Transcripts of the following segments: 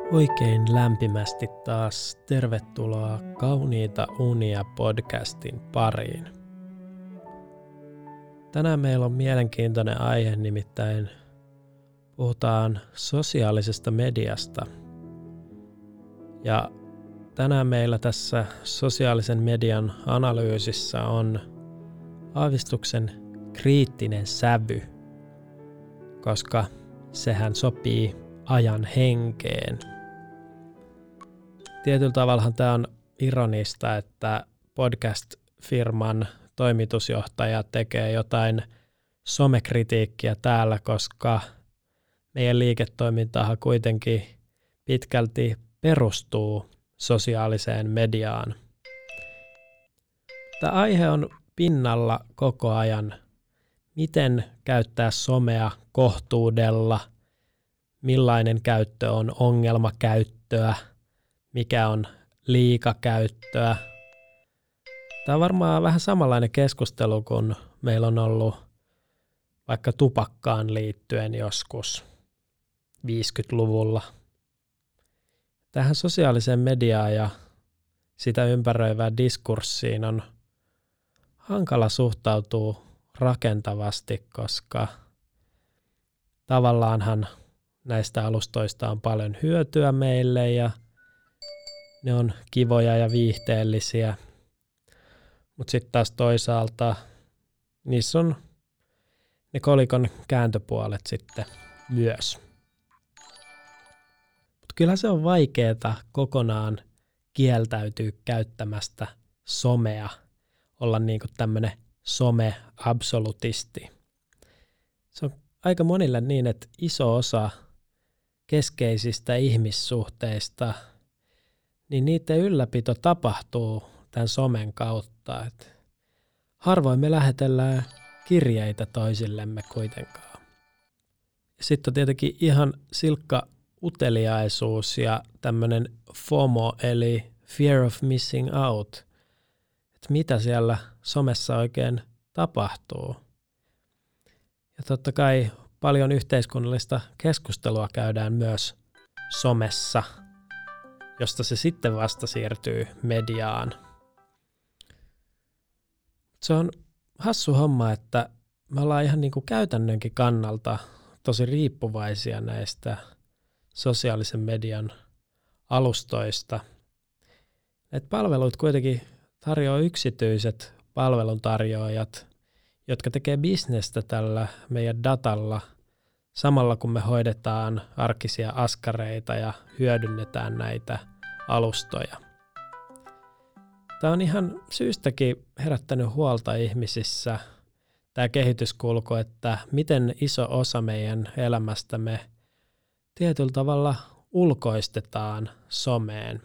Oikein lämpimästi taas tervetuloa Kauniita unia podcastin pariin. Tänään meillä on mielenkiintoinen aihe, nimittäin puhutaan sosiaalisesta mediasta. Ja tänään meillä tässä sosiaalisen median analyysissä on aavistuksen kriittinen sävy, koska sehän sopii ajan henkeen. Tietyllä tavallahan tämä on ironista, että podcast-firman toimitusjohtaja tekee jotain somekritiikkiä täällä, koska meidän liiketoimintahan kuitenkin pitkälti perustuu sosiaaliseen mediaan. Tämä aihe on pinnalla koko ajan. Miten käyttää somea kohtuudella? Millainen käyttö on ongelmakäyttöä? Mikä on liikakäyttöä? Tämä on varmaan vähän samanlainen keskustelu kuin meillä on ollut vaikka tupakkaan liittyen joskus 50-luvulla. Tähän sosiaaliseen mediaan ja sitä ympäröivään diskurssiin on hankala suhtautua rakentavasti, koska tavallaanhan näistä alustoista on paljon hyötyä meille ja ne on kivoja ja viihteellisiä, mutta sitten taas toisaalta niissä on ne kolikon kääntöpuolet sitten myös. Mutta kyllä se on vaikeaa kokonaan kieltäytyä käyttämästä somea, olla niinku tämmöinen some-absolutisti. Se on aika monille niin, että iso osa keskeisistä ihmissuhteista, niin niiden ylläpito tapahtuu tämän somen kautta. Et harvoin me lähetellään kirjeitä toisillemme kuitenkaan. Sitten on tietenkin ihan silkka uteliaisuus ja tämmöinen FOMO, eli fear of missing out. Että mitä siellä somessa oikein tapahtuu. Ja totta kai paljon yhteiskunnallista keskustelua käydään myös somessa, josta se sitten vasta siirtyy mediaan. Se on hassu homma, että me ollaan ihan niin kuin käytännönkin kannalta tosi riippuvaisia näistä sosiaalisen median alustoista. Näitä palveluita kuitenkin tarjoaa yksityiset palveluntarjoajat, jotka tekee bisnestä tällä meidän datalla samalla kun me hoidetaan arkisia askareita ja hyödynnetään näitä alustoja. Tämä on ihan syystäkin herättänyt huolta ihmisissä, tämä kehityskulku, että miten iso osa meidän elämästämme tietyllä tavalla ulkoistetaan someen.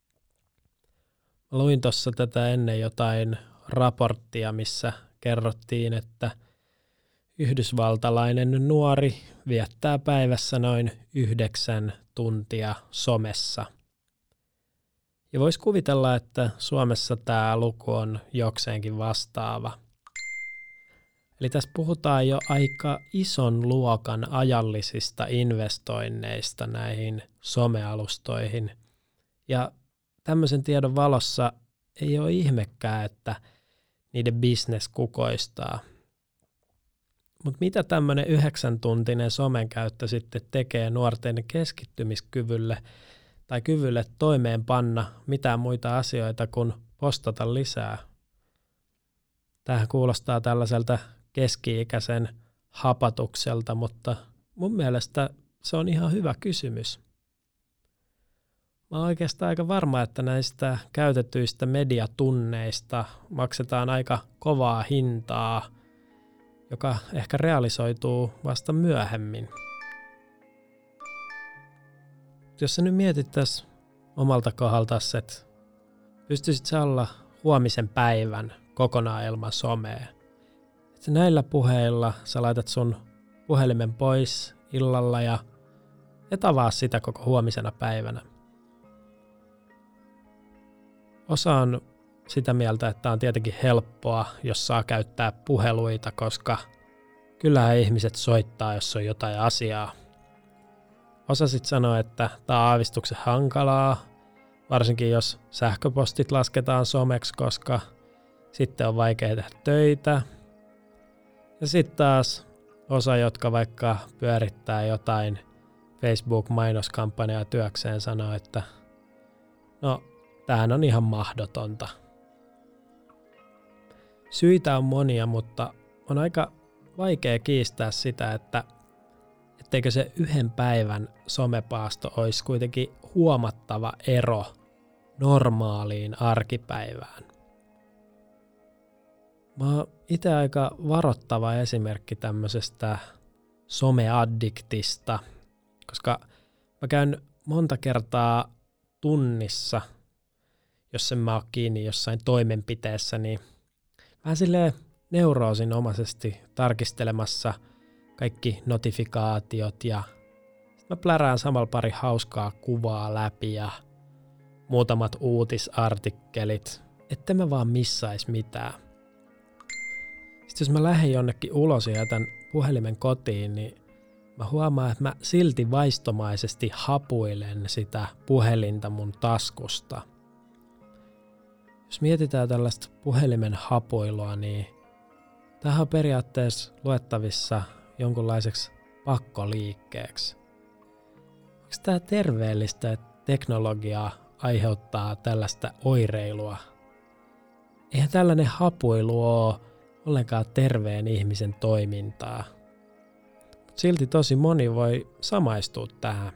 Mä luin tuossa tätä ennen jotain raporttia, missä kerrottiin, että yhdysvaltalainen nuori viettää päivässä noin 9 tuntia somessa. Ja voisi kuvitella, että Suomessa tämä luku on jokseenkin vastaava. Eli tässä puhutaan jo aika ison luokan ajallisista investoinneista näihin somealustoihin. Ja tämmöisen tiedon valossa ei ole ihmekään, että niiden business kukoistaa. Mutta mitä tämmöinen 9-tuntinen somen käyttö sitten tekee nuorten keskittymiskyvylle tai kyvylle toimeenpanna mitään muita asioita kuin postata lisää? Tämähän kuulostaa tällaiselta keski-ikäisen hapatukselta, mutta mun mielestä se on ihan hyvä kysymys. Mä oon oikeastaan aika varma, että näistä käytetyistä mediatunneista maksetaan aika kovaa hintaa, joka ehkä realisoituu vasta myöhemmin. Jos sä nyt mietittäis omalta kohdaltasi, että pystyisit sä olla huomisen päivän kokonaan ilman somea. Että näillä puheilla sä laitat sun puhelimen pois illalla ja et avaa sitä koko huomisena päivänä. Osa on sitä mieltä, että on tietenkin helppoa, jos saa käyttää puheluita, koska kyllähän ihmiset soittaa, jos on jotain asiaa. Osa sitten sanoo, että tämä on aavistuksen hankalaa, varsinkin jos sähköpostit lasketaan someksi, koska sitten on vaikea tehdä töitä. Ja sitten taas osa, jotka vaikka pyörittää jotain Facebook-mainoskampanjaa työkseen, sanoo, että no, tämähän on ihan mahdotonta. Syitä on monia, mutta on aika vaikea kiistää sitä, että etteikö se yhden päivän somepaasto olisi kuitenkin huomattava ero normaaliin arkipäivään. Mä oon itse aika varoittava esimerkki tämmöisestä someaddiktista, koska mä käyn monta kertaa tunnissa, jos en mä ole kiinni jossain toimenpiteessä, niin vähän silleen neuroosinomaisesti tarkistelemassa kaikki notifikaatiot ja mä plärään samalla pari hauskaa kuvaa läpi ja muutamat uutisartikkelit, että mä vaan missais mitään. Sitten jos mä lähden jonnekin ulos ja jätän puhelimen kotiin, niin mä huomaan, että mä silti vaistomaisesti hapuilen sitä puhelinta mun taskusta. Jos mietitään tällaista puhelimen hapuilua, niin tämähän on periaatteessa luettavissa jonkunlaiseksi pakkoliikkeeksi. Onko tämä terveellistä, että teknologia aiheuttaa tällaista oireilua? Eihän tällainen hapuilu ole ollenkaan terveen ihmisen toimintaa. Mut silti tosi moni voi samaistua tähän.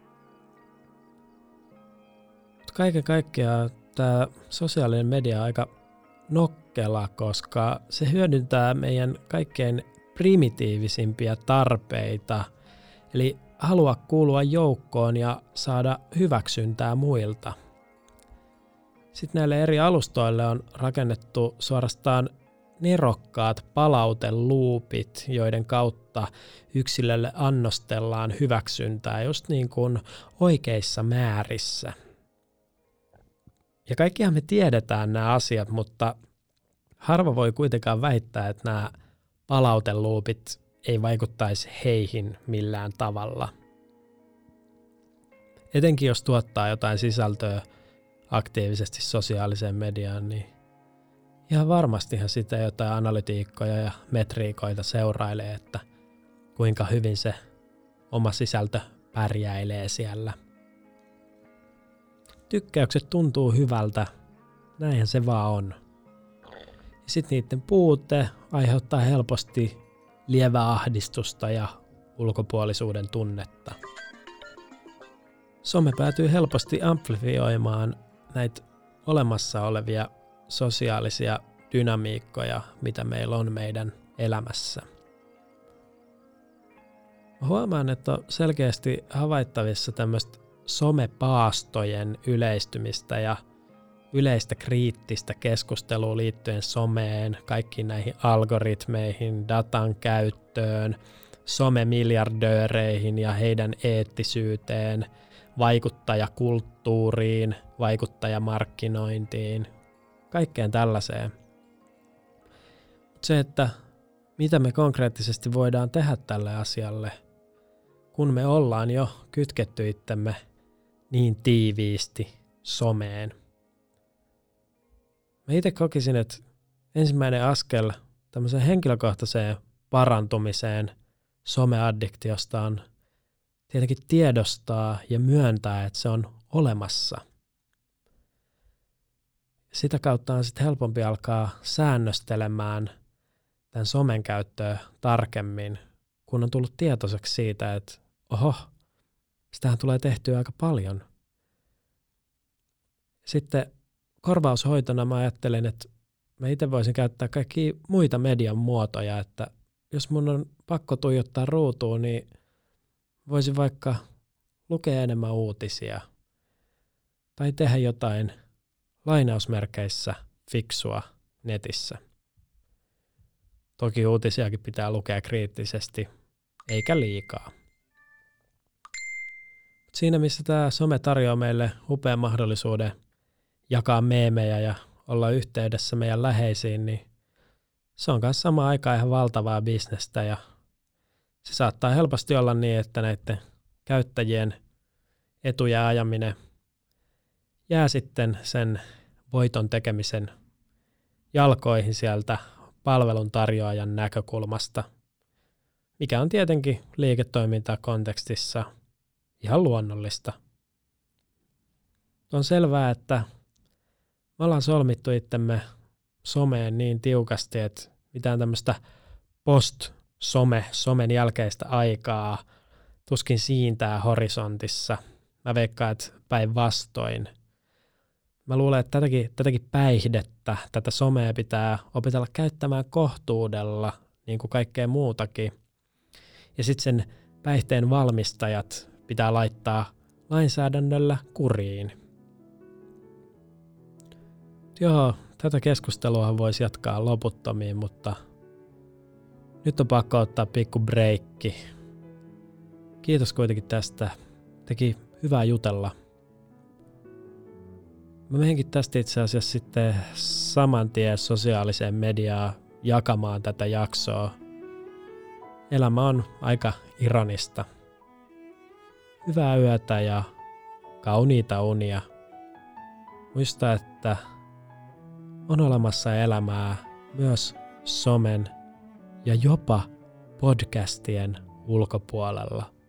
Mut kaiken kaikkiaan tämä sosiaalinen media on aika nokkela, koska se hyödyntää meidän kaikkein primitiivisimpia tarpeita, eli halua kuulua joukkoon ja saada hyväksyntää muilta. Sitten näille eri alustoille on rakennettu suorastaan nerokkaat palauteluupit, joiden kautta yksilölle annostellaan hyväksyntää just niin kuin oikeissa määrissä. Ja kaikkihan me tiedetään nämä asiat, mutta harva voi kuitenkaan väittää, että nämä palauteluupit ei vaikuttaisi heihin millään tavalla. Etenkin jos tuottaa jotain sisältöä aktiivisesti sosiaaliseen mediaan, niin ihan varmastihan sitä jotain analytiikkoja ja metriikoita seurailee, että kuinka hyvin se oma sisältö pärjäilee siellä. Tykkäykset tuntuu hyvältä, näinhän se vaan on. Sitten niiden puute aiheuttaa helposti lievää ahdistusta ja ulkopuolisuuden tunnetta. Some päätyy helposti amplifioimaan näitä olemassa olevia sosiaalisia dynamiikkoja, mitä meillä on meidän elämässä. Huomaan, että on selkeästi havaittavissa tämmöistä somepaastojen yleistymistä ja yleistä kriittistä keskustelua liittyen someen, kaikkiin näihin algoritmeihin, datan käyttöön, somemiljardööreihin ja heidän eettisyyteen, vaikuttajakulttuuriin, vaikuttajamarkkinointiin, kaikkeen tällaiseen. Se, että mitä me konkreettisesti voidaan tehdä tälle asialle, kun me ollaan jo kytketty itsemme niin tiiviisti someen. Mä itse kokisin, että ensimmäinen askel tämmöiseen henkilökohtaiseen parantumiseen someaddiktiosta on tietenkin tiedostaa ja myöntää, että se on olemassa. Sitä kautta on sitten helpompi alkaa säännöstelemään tämän somen käyttöä tarkemmin, kun on tullut tietoiseksi siitä, että oho, sitähän tulee tehtyä aika paljon. Sitten korvaushoitona mä ajattelen, että mä itse voisin käyttää kaikkia muita median muotoja, että jos mun on pakko tuijottaa ruutuun, niin voisin vaikka lukea enemmän uutisia tai tehdä jotain lainausmerkeissä fiksua netissä. Toki uutisiakin pitää lukea kriittisesti, eikä liikaa. Siinä missä tämä some tarjoaa meille upean mahdollisuuden jakaa meemejä ja olla yhteydessä meidän läheisiin, niin se on myös samaan aikaan ihan valtavaa bisnestä ja se saattaa helposti olla niin, että näiden käyttäjien etuja ajaminen jää sitten sen voiton tekemisen jalkoihin sieltä palveluntarjoajan näkökulmasta, mikä on tietenkin liiketoimintakontekstissa ihan luonnollista. On selvää, että me ollaan solmittu itsemme someen niin tiukasti, että mitään tämmöistä somen jälkeistä aikaa tuskin siintää horisontissa. Mä veikkaan, että päinvastoin. Mä luulen, että tätäkin päihdettä, tätä somea pitää opetella käyttämään kohtuudella, niin kuin kaikkea muutakin. Ja sitten sen päihteen valmistajat pitää laittaa lainsäädännöllä kuriin. Joo, tätä keskustelua voisi jatkaa loputtomiin, mutta nyt on pakko ottaa pikku breikki. Kiitos kuitenkin tästä. Teki hyvää jutella. Mä menenkin tästä itse asiassa sitten saman tien sosiaaliseen mediaan jakamaan tätä jaksoa. Elämä on aika ironista. Hyvää yötä ja kauniita unia. Muista, että on olemassa elämää myös somen ja jopa podcastien ulkopuolella.